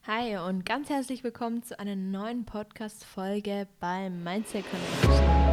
Hi und ganz herzlich willkommen zu einer neuen Podcast-Folge bei Mindset Connection.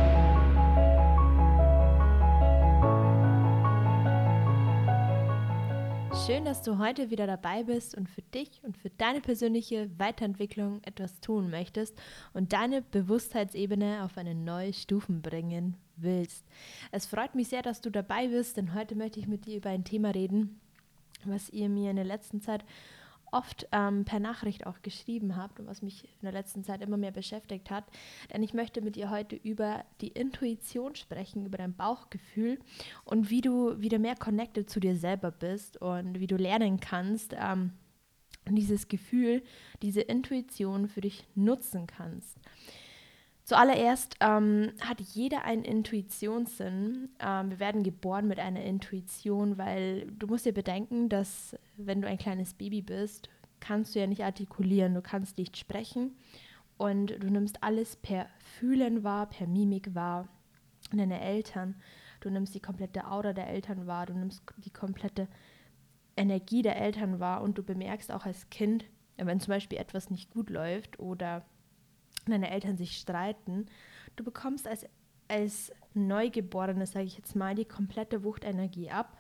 Schön, dass du heute wieder dabei bist und für dich und für deine persönliche Weiterentwicklung etwas tun möchtest und deine Bewusstheitsebene auf eine neue Stufe bringen willst. Es freut mich sehr, dass du dabei bist, denn heute möchte ich mit dir über ein Thema reden, was ihr mir in der letzten Zeit oft per Nachricht auch geschrieben habt und was mich in der letzten Zeit immer mehr beschäftigt hat. Denn ich möchte mit dir heute über die Intuition sprechen, über dein Bauchgefühl und wie du wieder mehr connected zu dir selber bist und wie du lernen kannst, dieses Gefühl, diese Intuition für dich nutzen kannst. Zuallererst hat jeder einen Intuitionssinn. Wir werden geboren mit einer Intuition, weil du musst dir bedenken, dass wenn du ein kleines Baby bist, kannst du ja nicht artikulieren, du kannst nicht sprechen und du nimmst alles per Fühlen wahr, per Mimik wahr. Und deine Eltern, du nimmst die komplette Aura der Eltern wahr, du nimmst die komplette Energie der Eltern wahr und du bemerkst auch als Kind, wenn zum Beispiel etwas nicht gut läuft oder deine Eltern sich streiten, du bekommst als Neugeborenes, sage ich jetzt mal, die komplette Wuchtenergie ab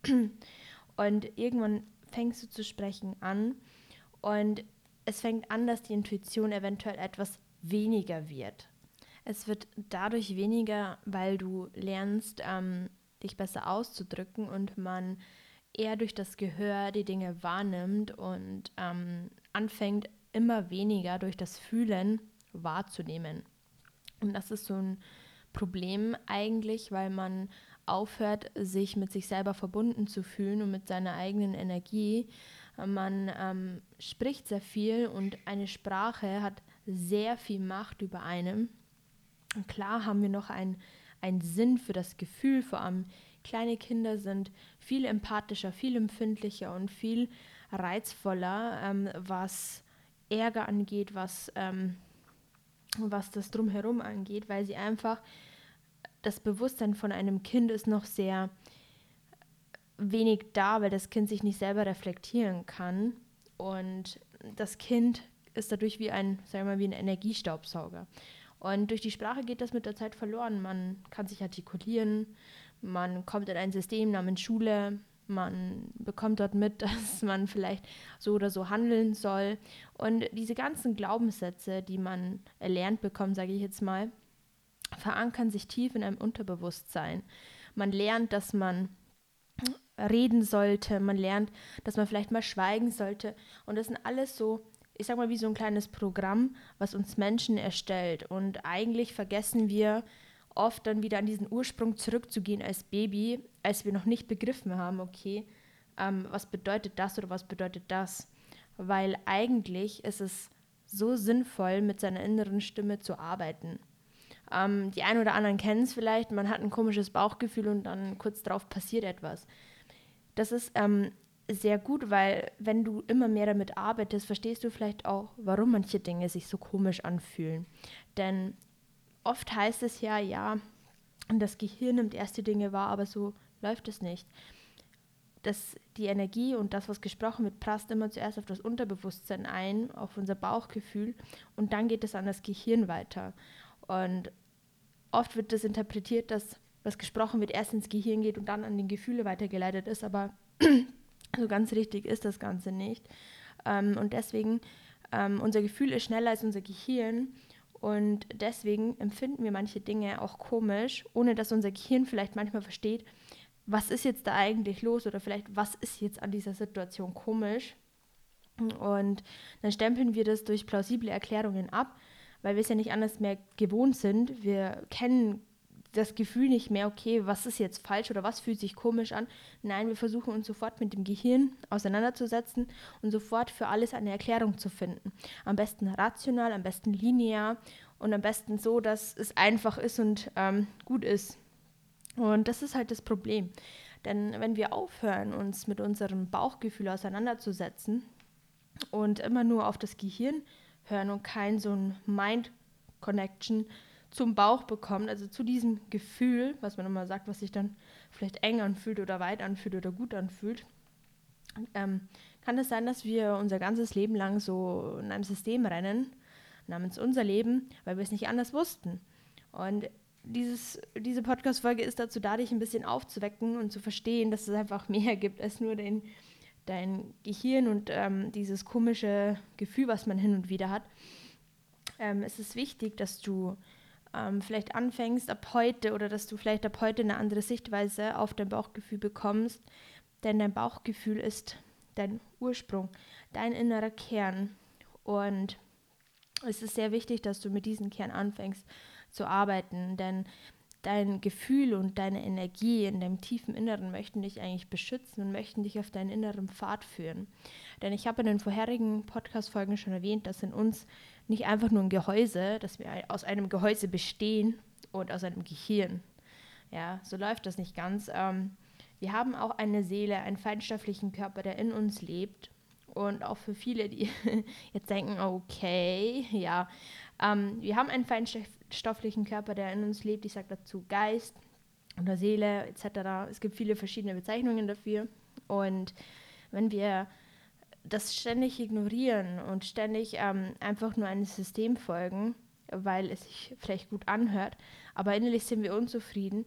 und irgendwann fängst du zu sprechen an und es fängt an, dass die Intuition eventuell etwas weniger wird. Es wird dadurch weniger, weil du lernst, dich besser auszudrücken und man eher durch das Gehör die Dinge wahrnimmt und anfängt immer weniger durch das Fühlen wahrzunehmen. Und das ist so ein Problem eigentlich, weil man aufhört, sich mit sich selber verbunden zu fühlen und mit seiner eigenen Energie. Man spricht sehr viel und eine Sprache hat sehr viel Macht über einem. Und klar haben wir noch einen Sinn für das Gefühl, vor allem kleine Kinder sind viel empathischer, viel empfindlicher und viel reizvoller, was Ärger angeht, was das Drumherum angeht, weil sie einfach, das Bewusstsein von einem Kind ist noch sehr wenig da, weil das Kind sich nicht selber reflektieren kann und das Kind ist dadurch wie ein Energiestaubsauger. Und durch die Sprache geht das mit der Zeit verloren. Man kann sich artikulieren, man kommt in ein System namens Schule, man bekommt dort mit, dass man vielleicht so oder so handeln soll. Und diese ganzen Glaubenssätze, die man erlernt bekommt, sage ich jetzt mal, verankern sich tief in einem Unterbewusstsein. Man lernt, dass man reden sollte, man lernt, dass man vielleicht mal schweigen sollte. Und das sind alles so, ich sag mal, wie so ein kleines Programm, was uns Menschen erstellt. Und eigentlich vergessen wir oft dann wieder an diesen Ursprung zurückzugehen als Baby, als wir noch nicht begriffen haben, okay, was bedeutet das oder was bedeutet das? Weil eigentlich ist es so sinnvoll, mit seiner inneren Stimme zu arbeiten. Die einen oder anderen kennen es vielleicht, man hat ein komisches Bauchgefühl und dann kurz darauf passiert etwas. Das ist sehr gut, weil wenn du immer mehr damit arbeitest, verstehst du vielleicht auch, warum manche Dinge sich so komisch anfühlen. Denn oft heißt es ja, das Gehirn nimmt erst die Dinge wahr, aber so läuft es nicht. Die Energie und das, was gesprochen wird, prasst immer zuerst auf das Unterbewusstsein ein, auf unser Bauchgefühl und dann geht es an das Gehirn weiter. Und oft wird das interpretiert, dass was gesprochen wird, erst ins Gehirn geht und dann an die Gefühle weitergeleitet ist, aber so ganz richtig ist das Ganze nicht. Und deswegen, unser Gefühl ist schneller als unser Gehirn und deswegen empfinden wir manche Dinge auch komisch, ohne dass unser Gehirn vielleicht manchmal versteht, was ist jetzt da eigentlich los oder vielleicht, was ist jetzt an dieser Situation komisch. Und dann stempeln wir das durch plausible Erklärungen ab, weil wir es ja nicht anders mehr gewohnt sind. Wir kennen das Gefühl nicht mehr, okay, was ist jetzt falsch oder was fühlt sich komisch an. Nein, wir versuchen uns sofort mit dem Gehirn auseinanderzusetzen und sofort für alles eine Erklärung zu finden. Am besten rational, am besten linear und am besten so, dass es einfach ist und gut ist. Und das ist halt das Problem. Denn wenn wir aufhören, uns mit unserem Bauchgefühl auseinanderzusetzen und immer nur auf das Gehirn hören und kein so ein Mind-Connection zum Bauch bekommen, also zu diesem Gefühl, was man immer sagt, was sich dann vielleicht eng anfühlt oder weit anfühlt oder gut anfühlt, kann es sein, dass wir unser ganzes Leben lang so in einem System rennen, namens unser Leben, weil wir es nicht anders wussten. Und diese Podcast-Folge ist dazu da, dich ein bisschen aufzuwecken und zu verstehen, dass es einfach mehr gibt als nur dein Gehirn und dieses komische Gefühl, was man hin und wieder hat. Es ist wichtig, dass du vielleicht anfängst ab heute oder dass du vielleicht ab heute eine andere Sichtweise auf dein Bauchgefühl bekommst, denn dein Bauchgefühl ist dein Ursprung, dein innerer Kern. Und es ist sehr wichtig, dass du mit diesem Kern anfängst zu arbeiten, denn dein Gefühl und deine Energie in deinem tiefen Inneren möchten dich eigentlich beschützen und möchten dich auf deinen inneren Pfad führen. Denn ich habe in den vorherigen Podcast-Folgen schon erwähnt, dass in uns nicht einfach nur ein Gehäuse, dass wir aus einem Gehäuse bestehen und aus einem Gehirn. Ja, so läuft das nicht ganz. Wir haben auch eine Seele, einen feinstofflichen Körper, der in uns lebt. Und auch für viele, die jetzt denken, okay, ja, wir haben einen feinstofflichen Körper, der in uns lebt. Ich sage dazu Geist oder Seele etc. Es gibt viele verschiedene Bezeichnungen dafür. Und wenn wir das ständig ignorieren und ständig einfach nur einem System folgen, weil es sich vielleicht gut anhört, aber innerlich sind wir unzufrieden,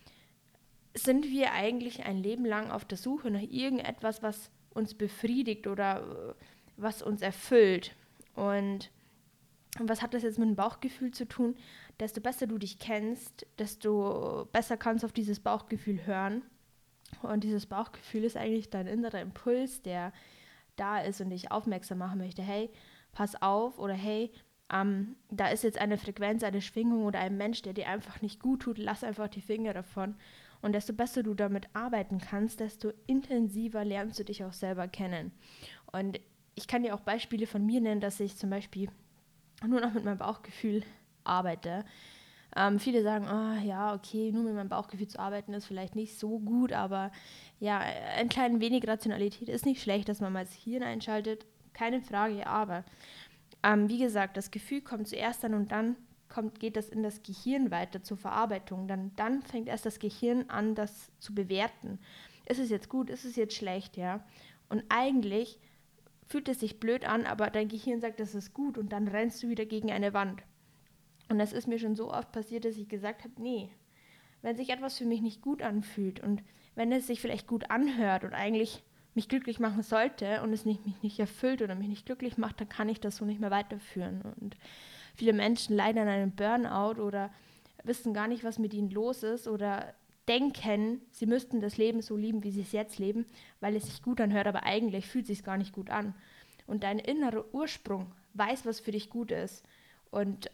sind wir eigentlich ein Leben lang auf der Suche nach irgendetwas, was uns befriedigt oder was uns erfüllt. Und was hat das jetzt mit dem Bauchgefühl zu tun? Desto besser du dich kennst, desto besser kannst du auf dieses Bauchgefühl hören. Und dieses Bauchgefühl ist eigentlich dein innerer Impuls, der da ist und dich aufmerksam machen möchte. Hey, pass auf, oder hey, da ist jetzt eine Frequenz, eine Schwingung oder ein Mensch, der dir einfach nicht gut tut, lass einfach die Finger davon. Und desto besser du damit arbeiten kannst, desto intensiver lernst du dich auch selber kennen. Und ich kann dir auch Beispiele von mir nennen, dass ich zum Beispiel nur noch mit meinem Bauchgefühl arbeite. Viele sagen, oh, ja, okay, nur mit meinem Bauchgefühl zu arbeiten ist vielleicht nicht so gut, aber ja, ein klein wenig Rationalität ist nicht schlecht, dass man mal das Hirn einschaltet, keine Frage, aber wie gesagt, das Gefühl kommt zuerst an und dann geht das in das Gehirn weiter zur Verarbeitung. Dann fängt erst das Gehirn an, das zu bewerten. Ist es jetzt gut, ist es jetzt schlecht, ja? Und eigentlich fühlt es sich blöd an, aber dein Gehirn sagt, das ist gut und dann rennst du wieder gegen eine Wand. Und das ist mir schon so oft passiert, dass ich gesagt habe, nee, wenn sich etwas für mich nicht gut anfühlt und wenn es sich vielleicht gut anhört und eigentlich mich glücklich machen sollte und es mich nicht erfüllt oder mich nicht glücklich macht, dann kann ich das so nicht mehr weiterführen. Und viele Menschen leiden an einem Burnout oder wissen gar nicht, was mit ihnen los ist oder denken, sie müssten das Leben so lieben, wie sie es jetzt leben, weil es sich gut anhört, aber eigentlich fühlt es sich gar nicht gut an. Und dein innerer Ursprung weiß, was für dich gut ist. Und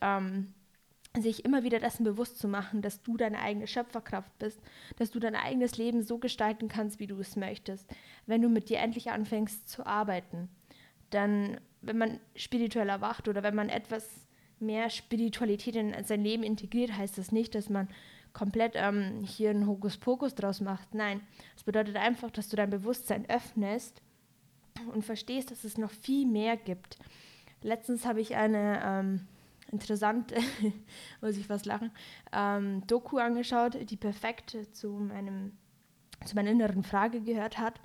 sich immer wieder dessen bewusst zu machen, dass du deine eigene Schöpferkraft bist, dass du dein eigenes Leben so gestalten kannst, wie du es möchtest, wenn du mit dir endlich anfängst zu arbeiten. Dann, wenn man spirituell erwacht oder wenn man etwas mehr Spiritualität in sein Leben integriert, heißt das nicht, dass man komplett hier einen Hokuspokus draus macht. Nein, es bedeutet einfach, dass du dein Bewusstsein öffnest und verstehst, dass es noch viel mehr gibt. Letztens habe ich eine interessante, muss ich fast lachen, Doku angeschaut, die perfekt zu meiner inneren Frage gehört hat.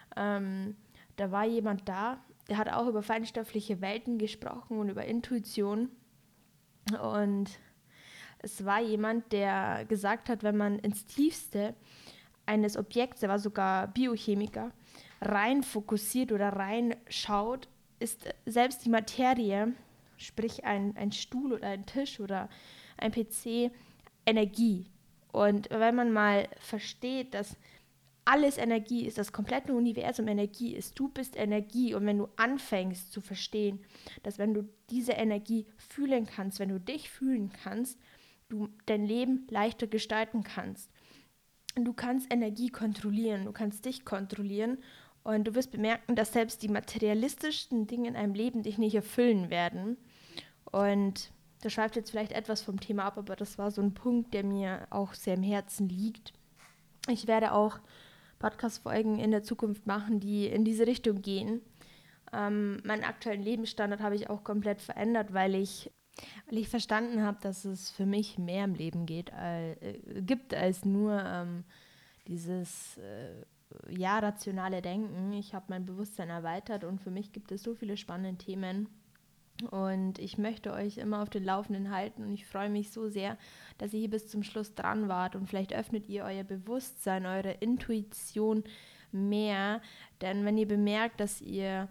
Da war jemand da, der hat auch über feinstoffliche Welten gesprochen und über Intuition. Und es war jemand, der gesagt hat, wenn man ins Tiefste eines Objekts, er war sogar Biochemiker, rein fokussiert oder rein schaut, ist selbst die Materie, sprich ein Stuhl oder ein Tisch oder ein PC, Energie. Und wenn man mal versteht, dass alles Energie ist, das komplette Universum Energie ist, du bist Energie und wenn du anfängst zu verstehen, dass wenn du diese Energie fühlen kannst, wenn du dich fühlen kannst, du dein Leben leichter gestalten kannst. Du kannst Energie kontrollieren, du kannst dich kontrollieren und du wirst bemerken, dass selbst die materialistischsten Dinge in einem Leben dich nicht erfüllen werden. Und das schweift jetzt vielleicht etwas vom Thema ab, aber das war so ein Punkt, der mir auch sehr im Herzen liegt. Ich werde auch Podcast-Folgen in der Zukunft machen, die in diese Richtung gehen. Meinen aktuellen Lebensstandard habe ich auch komplett verändert, weil ich verstanden habe, dass es für mich mehr im Leben gibt als nur dieses rationale Denken. Ich habe mein Bewusstsein erweitert und für mich gibt es so viele spannende Themen. Und ich möchte euch immer auf den Laufenden halten und ich freue mich so sehr, dass ihr hier bis zum Schluss dran wart und vielleicht öffnet ihr euer Bewusstsein, eure Intuition mehr, denn wenn ihr bemerkt, dass ihr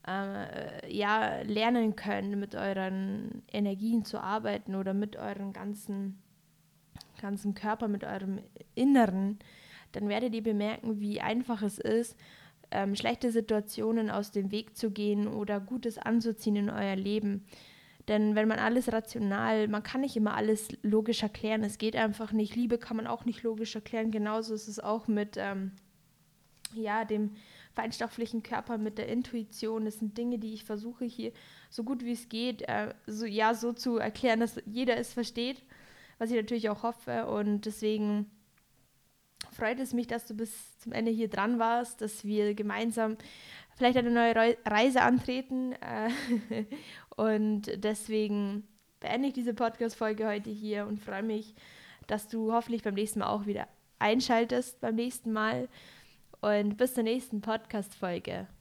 lernen könnt, mit euren Energien zu arbeiten oder mit eurem ganzen Körper, mit eurem Inneren, dann werdet ihr bemerken, wie einfach es ist, schlechte Situationen aus dem Weg zu gehen oder Gutes anzuziehen in euer Leben. Denn wenn man alles rational, man kann nicht immer alles logisch erklären, es geht einfach nicht. Liebe kann man auch nicht logisch erklären. Genauso ist es auch mit dem feinstofflichen Körper, mit der Intuition. Das sind Dinge, die ich versuche hier so gut wie es geht, so zu erklären, dass jeder es versteht, was ich natürlich auch hoffe. Und deswegen freut es mich, dass du bis zum Ende hier dran warst, dass wir gemeinsam vielleicht eine neue Reise antreten. Und deswegen beende ich diese Podcast-Folge heute hier und freue mich, dass du hoffentlich beim nächsten Mal auch wieder einschaltest beim nächsten Mal. Und bis zur nächsten Podcast-Folge.